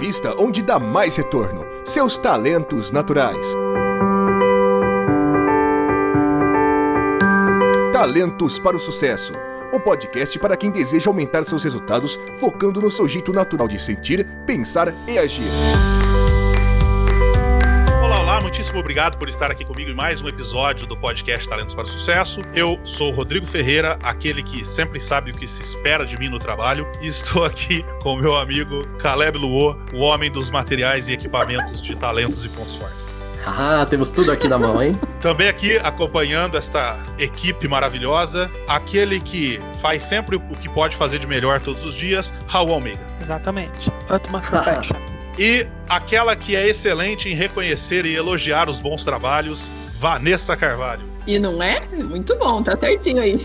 vista onde dá mais retorno: seus talentos naturais. Talentos para o Sucesso, o podcast para quem deseja aumentar seus resultados focando no seu jeito natural de sentir, pensar e agir. Olá, muitíssimo obrigado por estar aqui comigo em mais um episódio do podcast Talentos para o Sucesso. Eu sou o Rodrigo Ferreira, aquele que sempre sabe o que se espera de mim no trabalho, e estou aqui com o meu amigo Caleb Luo, o homem dos materiais e equipamentos de talentos e pontos fortes. Temos tudo aqui na mão, hein? Também aqui, acompanhando esta equipe maravilhosa, aquele que faz sempre o que pode fazer de melhor todos os dias, Raul Almeida. Exatamente. Utmost perfection. E aquela que é excelente em reconhecer e elogiar os bons trabalhos, Vanessa Carvalho. E não é? Muito bom, tá certinho aí.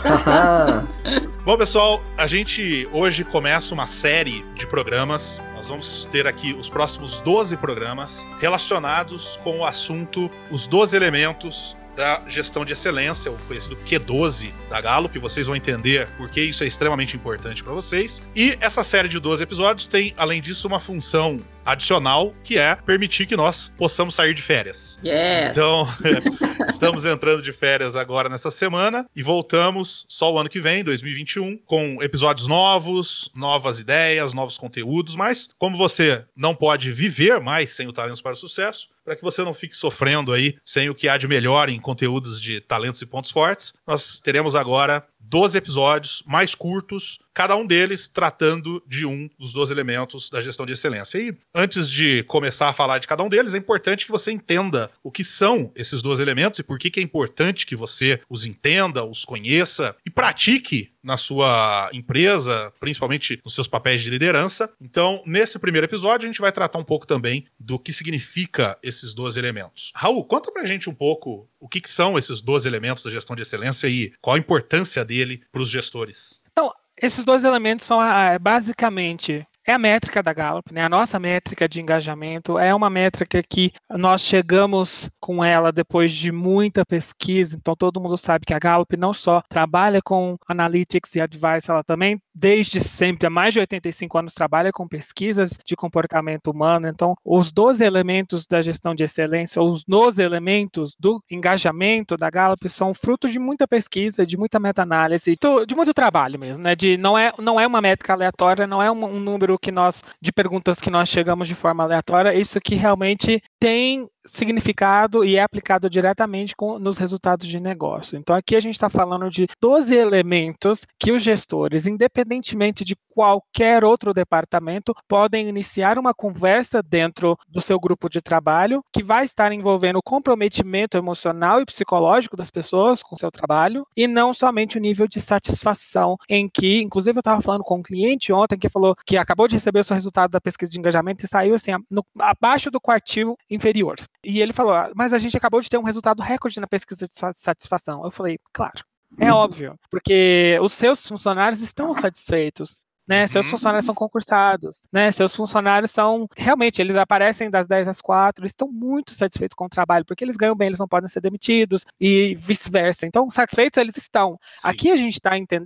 Bom, pessoal, a gente hoje começa uma série de programas. Nós vamos ter aqui os próximos 12 programas relacionados com o assunto os 12 elementos da gestão de excelência, o conhecido Q12 da Gallup. Vocês vão entender por que isso é extremamente importante para vocês. E essa série de 12 episódios tem, além disso, uma função adicional, que é permitir que nós possamos sair de férias. Yes. Então, estamos entrando de férias agora nessa semana e voltamos só o ano que vem, 2021, com episódios novos, novas ideias, novos conteúdos, mas como você não pode viver mais sem o Talentos para o Sucesso, para que você não fique sofrendo aí sem o que há de melhor em conteúdos de talentos e pontos fortes, nós teremos agora 12 episódios mais curtos, cada um deles tratando de um dos 12 elementos da gestão de excelência. E antes de começar a falar de cada um deles, é importante que você entenda o que são esses 12 elementos e por que é importante que você os entenda, os conheça e pratique na sua empresa, principalmente nos seus papéis de liderança. Então, nesse primeiro episódio, a gente vai tratar um pouco também do que significa esses 12 elementos. Raul, conta pra gente um pouco o que são esses 12 elementos da gestão de excelência e qual a importância dele para os gestores. Então, esses 12 elementos são basicamente a métrica da Gallup, né? A nossa métrica de engajamento é uma métrica que nós chegamos com ela depois de muita pesquisa. Então, todo mundo sabe que a Gallup não só trabalha com analytics e advice, ela também, desde sempre, há mais de 85 anos, trabalha com pesquisas de comportamento humano. Então, os 12 elementos da gestão de excelência, os 12 elementos do engajamento da Gallup são fruto de muita pesquisa, de muita meta-análise, de muito trabalho mesmo, né? Não é uma métrica aleatória, não é um número de perguntas que nós chegamos de forma aleatória. Isso que realmente tem significado e é aplicado diretamente nos resultados de negócio. Então, aqui a gente está falando de 12 elementos que os gestores, independentemente de qualquer outro departamento, podem iniciar uma conversa dentro do seu grupo de trabalho que vai estar envolvendo o comprometimento emocional e psicológico das pessoas com o seu trabalho e não somente o nível de satisfação em que, inclusive eu estava falando com um cliente ontem que falou que acabou de receber o seu resultado da pesquisa de engajamento e saiu assim, abaixo do quartil inferior. E ele falou, mas a gente acabou de ter um resultado recorde na pesquisa de satisfação. Eu falei, claro, é óbvio, porque os seus funcionários estão satisfeitos, né? Seus funcionários são concursados, né? Seus funcionários são, realmente, eles aparecem das 10 às 4, estão muito satisfeitos com o trabalho, porque eles ganham bem, eles não podem ser demitidos e vice-versa. Então, satisfeitos eles estão. Sim. Aqui a gente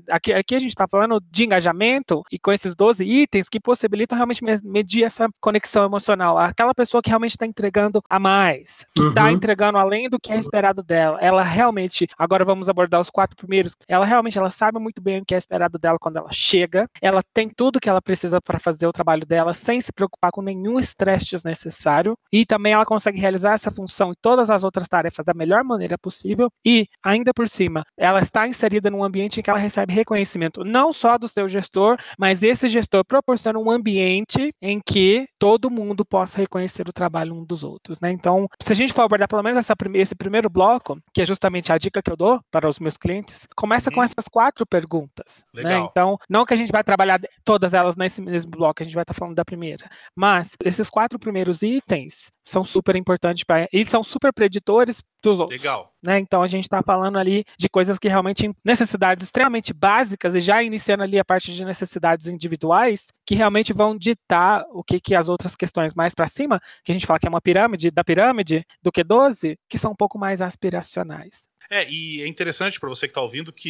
está falando de engajamento e com esses 12 itens que possibilitam realmente medir essa conexão emocional. Aquela pessoa que realmente está entregando a mais, que está entregando além do que é esperado dela. Ela realmente, agora vamos abordar os 4 primeiros, ela sabe muito bem o que é esperado dela quando ela chega, ela tem tudo que ela precisa para fazer o trabalho dela sem se preocupar com nenhum estresse desnecessário e também ela consegue realizar essa função e todas as outras tarefas da melhor maneira possível e, ainda por cima, ela está inserida num ambiente em que ela recebe reconhecimento não só do seu gestor, mas esse gestor proporciona um ambiente em que todo mundo possa reconhecer o trabalho um dos outros, né? Então, se a gente for abordar pelo menos esse primeiro bloco, que é justamente a dica que eu dou para os meus clientes, começa com essas 4 perguntas. Legal. Né? Então, não que a gente vai trabalhar todas elas nesse mesmo bloco, a gente vai estar falando da primeira. Mas esses 4 primeiros itens são super importantes e são super preditores dos outros. Legal. Né? Então a gente está falando ali de coisas que realmente, necessidades extremamente básicas e já iniciando ali a parte de necessidades individuais, que realmente vão ditar o que as outras questões mais para cima, que a gente fala que é uma pirâmide, do Q12, que são um pouco mais aspiracionais. E é interessante para você que está ouvindo que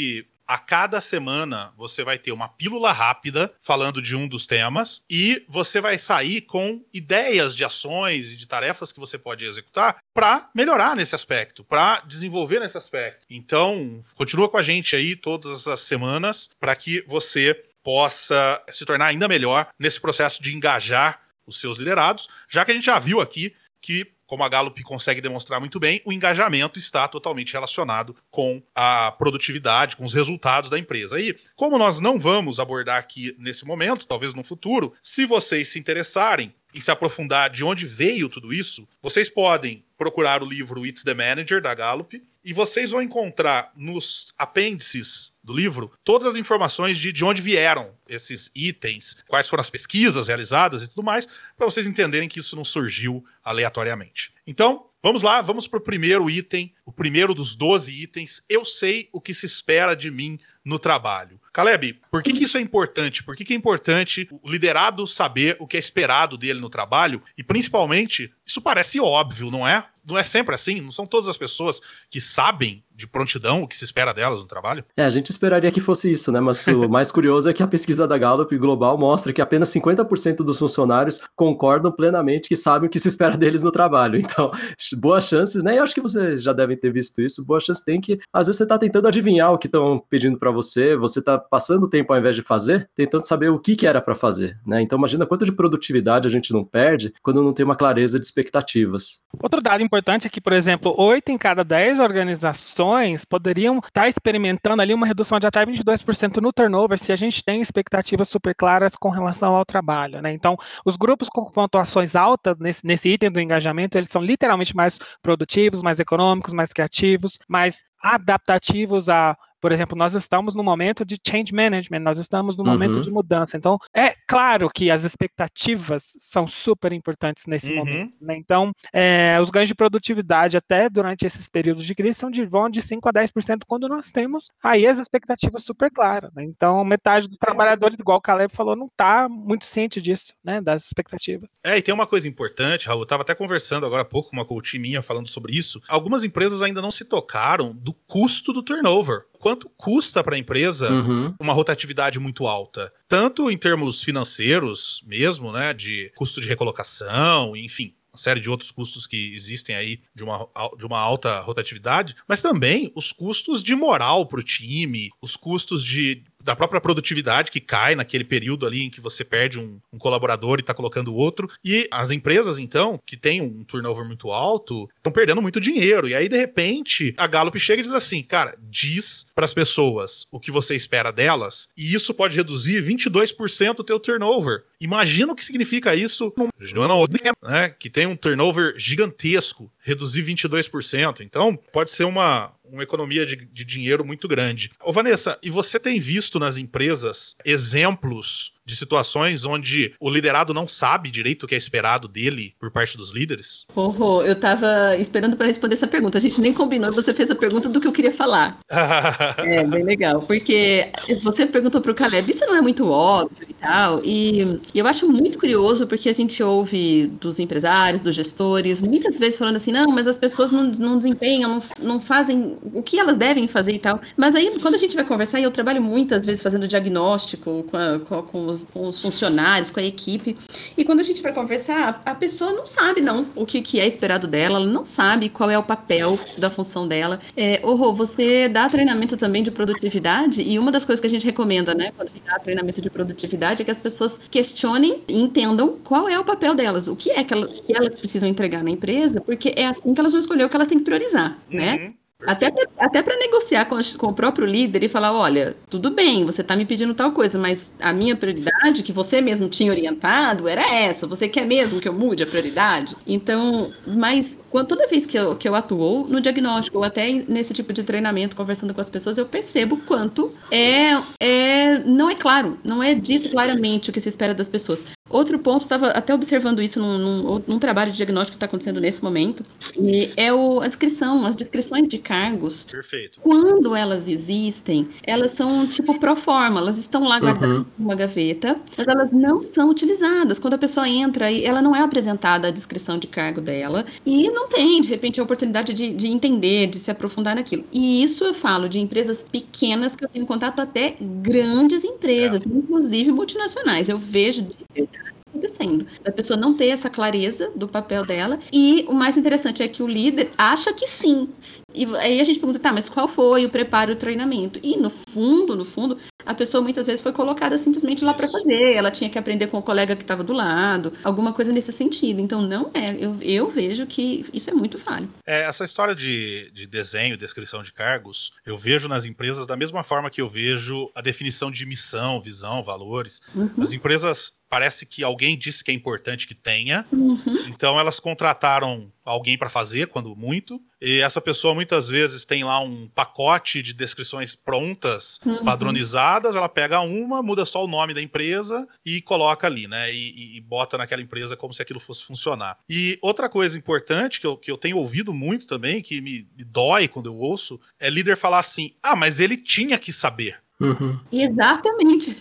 A cada semana você vai ter uma pílula rápida falando de um dos temas e você vai sair com ideias de ações e de tarefas que você pode executar para melhorar nesse aspecto, para desenvolver nesse aspecto. Então, continua com a gente aí todas as semanas para que você possa se tornar ainda melhor nesse processo de engajar os seus liderados, já que a gente já viu aqui que, como a Gallup consegue demonstrar muito bem, o engajamento está totalmente relacionado com a produtividade, com os resultados da empresa. E, como nós não vamos abordar aqui nesse momento, talvez no futuro, se vocês se interessarem em se aprofundar de onde veio tudo isso, vocês podem procurar o livro It's the Manager, da Gallup, e vocês vão encontrar nos apêndices do livro todas as informações de onde vieram esses itens, quais foram as pesquisas realizadas e tudo mais, para vocês entenderem que isso não surgiu aleatoriamente. Então, vamos lá, vamos para o primeiro item, o primeiro dos 12 itens. Eu sei o que se espera de mim no trabalho. Caleb, por que isso é importante? Por que é importante o liderado saber o que é esperado dele no trabalho? E, principalmente, isso parece óbvio, não é? Não é sempre assim? Não são todas as pessoas que sabem de prontidão o que se espera delas no trabalho? A gente esperaria que fosse isso, né? Mas o mais curioso é que a pesquisa da Gallup Global mostra que apenas 50% dos funcionários concordam plenamente que sabem o que se espera deles no trabalho. Então, boas chances, né? E eu acho que vocês já devem ter visto isso. Boas chances tem que, às vezes, você tá tentando adivinhar o que estão pedindo para você tá passando tempo ao invés de fazer, tentando saber o que era para fazer, né? Então, imagina quanto de produtividade a gente não perde quando não tem uma clareza de expectativas. Outro dado importante é que, por exemplo, 8 em cada 10 organizações poderiam estar experimentando ali uma redução de até 22% no turnover se a gente tem expectativas super claras com relação ao trabalho, né? Então, os grupos com pontuações altas nesse item do engajamento, eles são literalmente mais produtivos, mais econômicos, mais criativos, mais adaptativos a, por exemplo, nós estamos no momento de change management, nós estamos no momento de mudança. Então, é claro que as expectativas são super importantes nesse momento, né? Então, os ganhos de produtividade até durante esses períodos de crise vão de 5 a 10% quando nós temos aí as expectativas super claras, né? Então, metade do trabalhador, igual o Caleb falou, não está muito ciente disso, né, das expectativas. E tem uma coisa importante, Raul, eu estava até conversando agora há pouco com uma coach minha falando sobre isso. Algumas empresas ainda não se tocaram do custo do turnover. Quanto custa para a empresa uma rotatividade muito alta? Tanto em termos financeiros mesmo, né, de custo de recolocação, enfim, uma série de outros custos que existem aí de uma alta rotatividade, mas também os custos de moral para o time, os custos da própria produtividade que cai naquele período ali em que você perde um colaborador e está colocando outro. E as empresas, então, que têm um turnover muito alto, estão perdendo muito dinheiro. E aí, de repente, a Gallup chega e diz assim, cara, diz para as pessoas o que você espera delas e isso pode reduzir 22% o teu turnover. Imagina o que significa isso, né, que tem um turnover gigantesco, reduzir 22%. Então, pode ser uma economia de dinheiro muito grande. Ô Vanessa, e você tem visto nas empresas exemplos de situações onde o liderado não sabe direito o que é esperado dele por parte dos líderes? Eu tava esperando para responder essa pergunta. A gente nem combinou e você fez a pergunta do que eu queria falar. É, bem legal. Porque você perguntou pro Caleb, isso não é muito óbvio e tal. E eu acho muito curioso porque a gente ouve dos empresários, dos gestores, muitas vezes falando assim, não, mas as pessoas não desempenham, não fazem o que elas devem fazer e tal. Mas aí, quando a gente vai conversar, e eu trabalho muitas vezes fazendo diagnóstico com os funcionários, com a equipe, e quando a gente vai conversar, a pessoa não sabe, não, o que é esperado dela, ela não sabe qual é o papel da função dela. Você dá treinamento também de produtividade, e uma das coisas que a gente recomenda, né, quando a gente dá treinamento de produtividade, é que as pessoas questionem e entendam qual é o papel delas, o que é que elas precisam entregar na empresa, porque é assim que elas vão escolher o que elas têm que priorizar, né? Até para negociar com o próprio líder e falar, olha, tudo bem, você está me pedindo tal coisa, mas a minha prioridade, que você mesmo tinha orientado, era essa. Você quer mesmo que eu mude a prioridade? Então, mas toda vez que eu atuo no diagnóstico ou até nesse tipo de treinamento, conversando com as pessoas, eu percebo quanto não é claro, não é dito claramente o que se espera das pessoas. Outro ponto, estava até observando isso num trabalho de diagnóstico que está acontecendo nesse momento, e é as descrições de cargos. Perfeito. Quando elas existem, elas são tipo pro forma, elas estão lá guardadas em uma gaveta, mas elas não são utilizadas. Quando a pessoa entra, ela não é apresentada a descrição de cargo dela, e não tem, de repente, a oportunidade de entender, de se aprofundar naquilo. E isso eu falo de empresas pequenas que eu tenho contato até grandes empresas, inclusive multinacionais. Eu vejo de verdade acontecendo, da pessoa não ter essa clareza do papel dela, e o mais interessante é que o líder acha que sim, e aí a gente pergunta, tá, mas qual foi o preparo, o treinamento? E no fundo, a pessoa muitas vezes foi colocada simplesmente lá para fazer, ela tinha que aprender com o colega que estava do lado, alguma coisa nesse sentido, então não é, eu vejo que isso é muito falho. Essa história de desenho, descrição de cargos, eu vejo nas empresas da mesma forma que eu vejo a definição de missão, visão, valores. As empresas, parece que alguém disse que é importante que tenha, então elas contrataram alguém para fazer, quando muito, e essa pessoa muitas vezes tem lá um pacote de descrições prontas, padronizadas, ela pega uma, muda só o nome da empresa e coloca ali, né, e bota naquela empresa como se aquilo fosse funcionar. E outra coisa importante que eu tenho ouvido muito também, que me dói quando eu ouço, é líder falar assim, mas ele tinha que saber. Exatamente.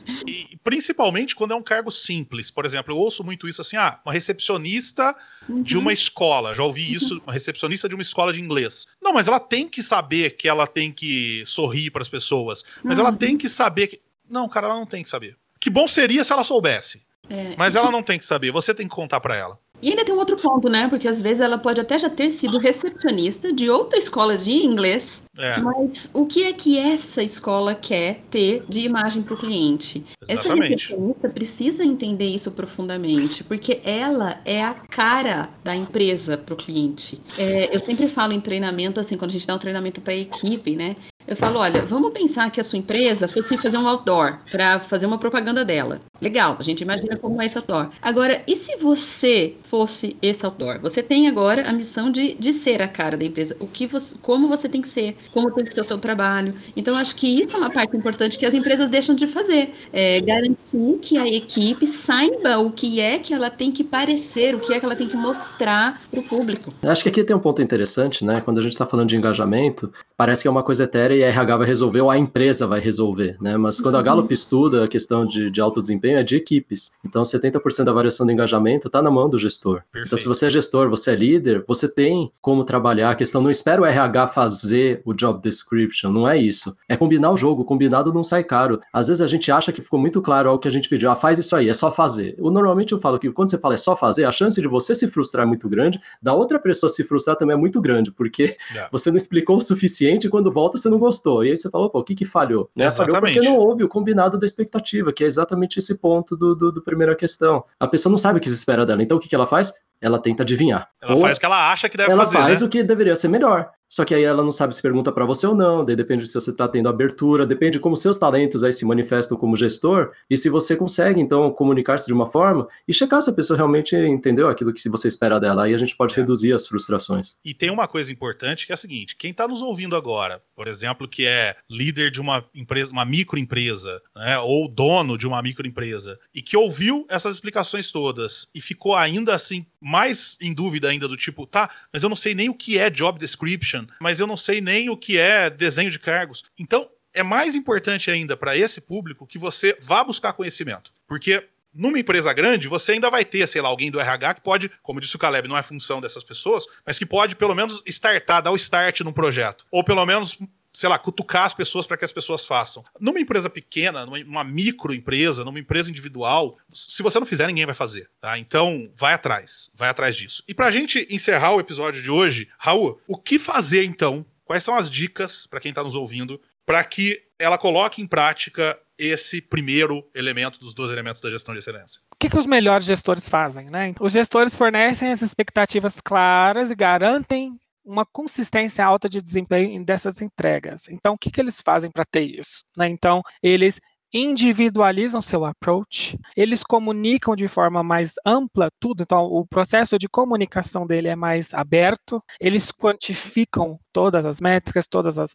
E principalmente quando é um cargo simples. Por exemplo, eu ouço muito isso assim, uma recepcionista de uma escola. Já ouvi isso, uma recepcionista de uma escola de inglês. Não, mas ela tem que saber que ela tem que sorrir para as pessoas. Mas ela tem que saber que... Não, cara, ela não tem que saber. Que bom seria se ela soubesse. Mas ela não tem que saber, você tem que contar para ela. E ainda tem um outro ponto, né? Porque às vezes ela pode até já ter sido recepcionista de outra escola de inglês, mas o que é que essa escola quer ter de imagem para o cliente? Exatamente. Essa recepcionista precisa entender isso profundamente, porque ela é a cara da empresa para o cliente. Eu sempre falo em treinamento, assim, quando a gente dá um treinamento para a equipe, né? Eu falo, olha, vamos pensar que a sua empresa fosse fazer um outdoor para fazer uma propaganda dela. Legal, a gente imagina como é esse outdoor. Agora, e se você fosse esse outdoor? Você tem agora a missão de ser a cara da empresa. Como você tem que ser, como tem que ser o seu trabalho. Então, acho que isso é uma parte importante que as empresas deixam de fazer. Garantir que a equipe saiba o que é que ela tem que parecer, o que é que ela tem que mostrar para o público. Acho que aqui tem um ponto interessante, né? Quando a gente está falando de engajamento, parece que é uma coisa etérea e a RH vai resolver ou a empresa vai resolver, né? Mas quando a Gallup estuda a questão de alto desempenho, é de equipes. Então, 70% da variação do engajamento está na mão do gestor. Perfeito. Então, se você é gestor, você é líder, você tem como trabalhar a questão. Não espera o RH fazer o job description, não é isso. É combinar o jogo, combinado não sai caro. Às vezes a gente acha que ficou muito claro o que a gente pediu. Faz isso aí, é só fazer. Normalmente eu falo que quando você fala é só fazer, a chance de você se frustrar é muito grande, da outra pessoa se frustrar também é muito grande, porque você não explicou o suficiente e quando volta você não gostou. E aí você fala, o que falhou? Né? Falhou porque não houve o combinado da expectativa, que é exatamente esse ponto do primeira questão. A pessoa não sabe o que se espera dela, então o que ela faz? Ela tenta adivinhar. Ela faz o que ela acha que deve fazer, ela faz o que deveria ser melhor. Só que aí ela não sabe se pergunta para você ou não, daí depende se você está tendo abertura, depende de como seus talentos aí se manifestam como gestor, e se você consegue, então, comunicar-se de uma forma e checar se a pessoa realmente entendeu aquilo que você espera dela. Aí a gente pode reduzir as frustrações. E tem uma coisa importante que é a seguinte, quem está nos ouvindo agora, por exemplo, que é líder de uma empresa, uma microempresa, né, ou dono de uma microempresa, e que ouviu essas explicações todas e ficou ainda assim mais em dúvida ainda do tipo, mas eu não sei nem o que é job description, mas eu não sei nem o que é desenho de cargos. Então, é mais importante ainda para esse público que você vá buscar conhecimento. Porque numa empresa grande, você ainda vai ter, sei lá, alguém do RH que pode, como disse o Caleb, não é função dessas pessoas, mas que pode pelo menos dar o start num projeto. Ou pelo menos, sei lá, cutucar as pessoas para que as pessoas façam. Numa empresa pequena, numa microempresa, numa empresa individual, se você não fizer, ninguém vai fazer, tá? Então, vai atrás disso. E pra gente encerrar o episódio de hoje, Raul, o que fazer então? Quais são as dicas para quem tá nos ouvindo para que ela coloque em prática esse primeiro elemento dos 12 elementos da gestão de excelência? O que os melhores gestores fazem, né? Os gestores fornecem as expectativas claras e garantem uma consistência alta de desempenho dessas entregas. Então, o que eles fazem para ter isso? Né? Então, eles individualizam seu approach, eles comunicam de forma mais ampla tudo, então o processo de comunicação dele é mais aberto, eles quantificam todas as métricas,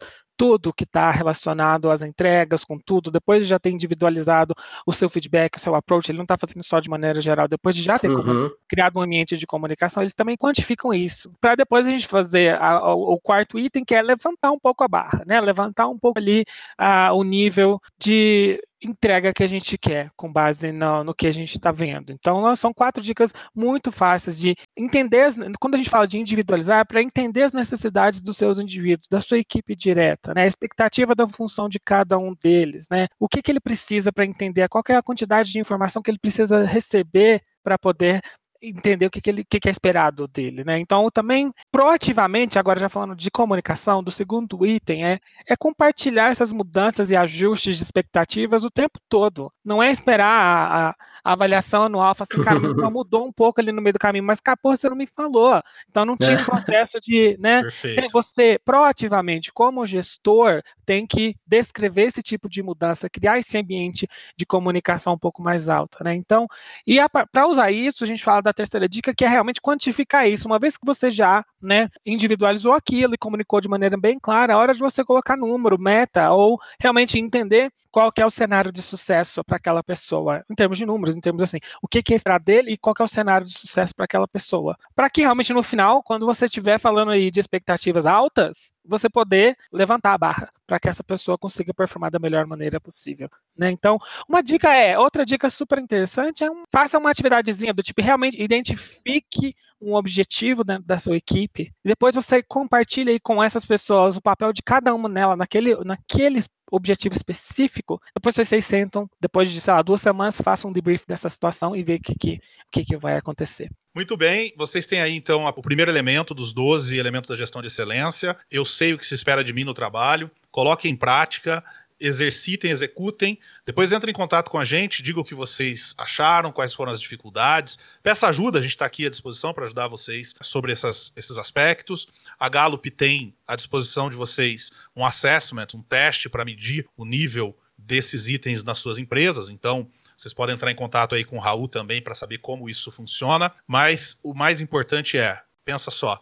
tudo que está relacionado às entregas, com tudo, depois de já ter individualizado o seu feedback, o seu approach, ele não está fazendo só de maneira geral, depois de já ter criado um ambiente de comunicação, eles também quantificam isso, para depois a gente fazer o quarto item, que é levantar um pouco a barra, né? Levantar um pouco ali o nível de entrega que a gente quer, com base no que a gente está vendo. Então, são 4 dicas muito fáceis de entender, quando a gente fala de individualizar, para entender as necessidades dos seus indivíduos, da sua equipe direta, né? A expectativa da função de cada um deles, né? O que ele precisa para entender, qual que é a quantidade de informação que ele precisa receber para poder entender o que é esperado dele, né? Então, também, proativamente, agora já falando de comunicação, do segundo item, é compartilhar essas mudanças e ajustes de expectativas o tempo todo. Não é esperar a avaliação anual, falar assim, cara, mudou um pouco ali no meio do caminho, mas, cara, porra, você não me falou. Então, não tinha um processo de, né? Você, proativamente, como gestor, tem que descrever esse tipo de mudança, criar esse ambiente de comunicação um pouco mais alto, né? Então, e para usar isso, a gente fala da terceira dica, que é realmente quantificar isso. Uma vez que você já, né, individualizou aquilo e comunicou de maneira bem clara, é hora de você colocar número, meta, ou realmente entender qual que é o cenário de sucesso para aquela pessoa, em termos de números, em termos assim, o que é esperar dele e qual que é o cenário de sucesso para aquela pessoa. Para que realmente no final, quando você estiver falando aí de expectativas altas, você poder levantar a barra para que essa pessoa consiga performar da melhor maneira possível, né? Então, outra dica super interessante faça uma atividadezinha do tipo, realmente identifique um objetivo dentro da sua equipe, e depois você compartilha aí com essas pessoas o papel de cada uma nela naquele objetivo específico. Depois vocês sentam, depois de, 2 semanas, façam um debrief dessa situação e ver o que vai acontecer. Muito bem, vocês têm aí então o primeiro elemento dos 12 elementos da gestão de excelência. Eu sei o que se espera de mim no trabalho, coloquem em prática, exercitem, executem, depois entrem em contato com a gente, digam o que vocês acharam, quais foram as dificuldades, peça ajuda, a gente está aqui à disposição para ajudar vocês sobre esses aspectos. A Gallup tem à disposição de vocês um assessment, um teste para medir o nível desses itens nas suas empresas, então vocês podem entrar em contato aí com o Raul também para saber como isso funciona, mas o mais importante pensa só,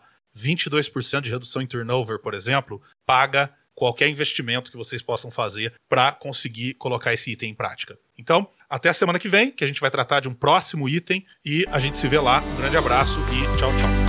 22% de redução em turnover, por exemplo, paga qualquer investimento que vocês possam fazer para conseguir colocar esse item em prática. Então, até a semana que vem, que a gente vai tratar de um próximo item e a gente se vê lá. Um grande abraço e tchau, tchau.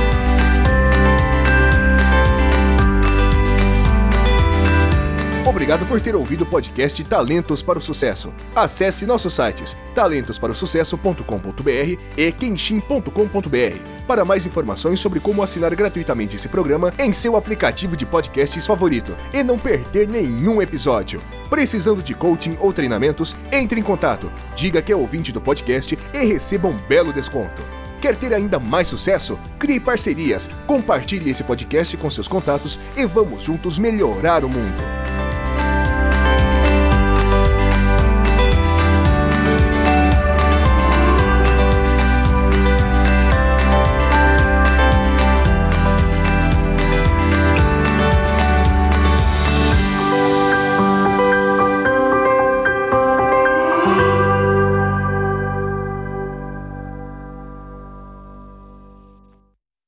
Obrigado por ter ouvido o podcast Talentos para o Sucesso. Acesse nossos sites talentosparosucesso.com.br e kenshin.com.br para mais informações sobre como assinar gratuitamente esse programa em seu aplicativo de podcasts favorito e não perder nenhum episódio. Precisando de coaching ou treinamentos, entre em contato, diga que é ouvinte do podcast e receba um belo desconto. Quer ter ainda mais sucesso? Crie parcerias, compartilhe esse podcast com seus contatos e vamos juntos melhorar o mundo.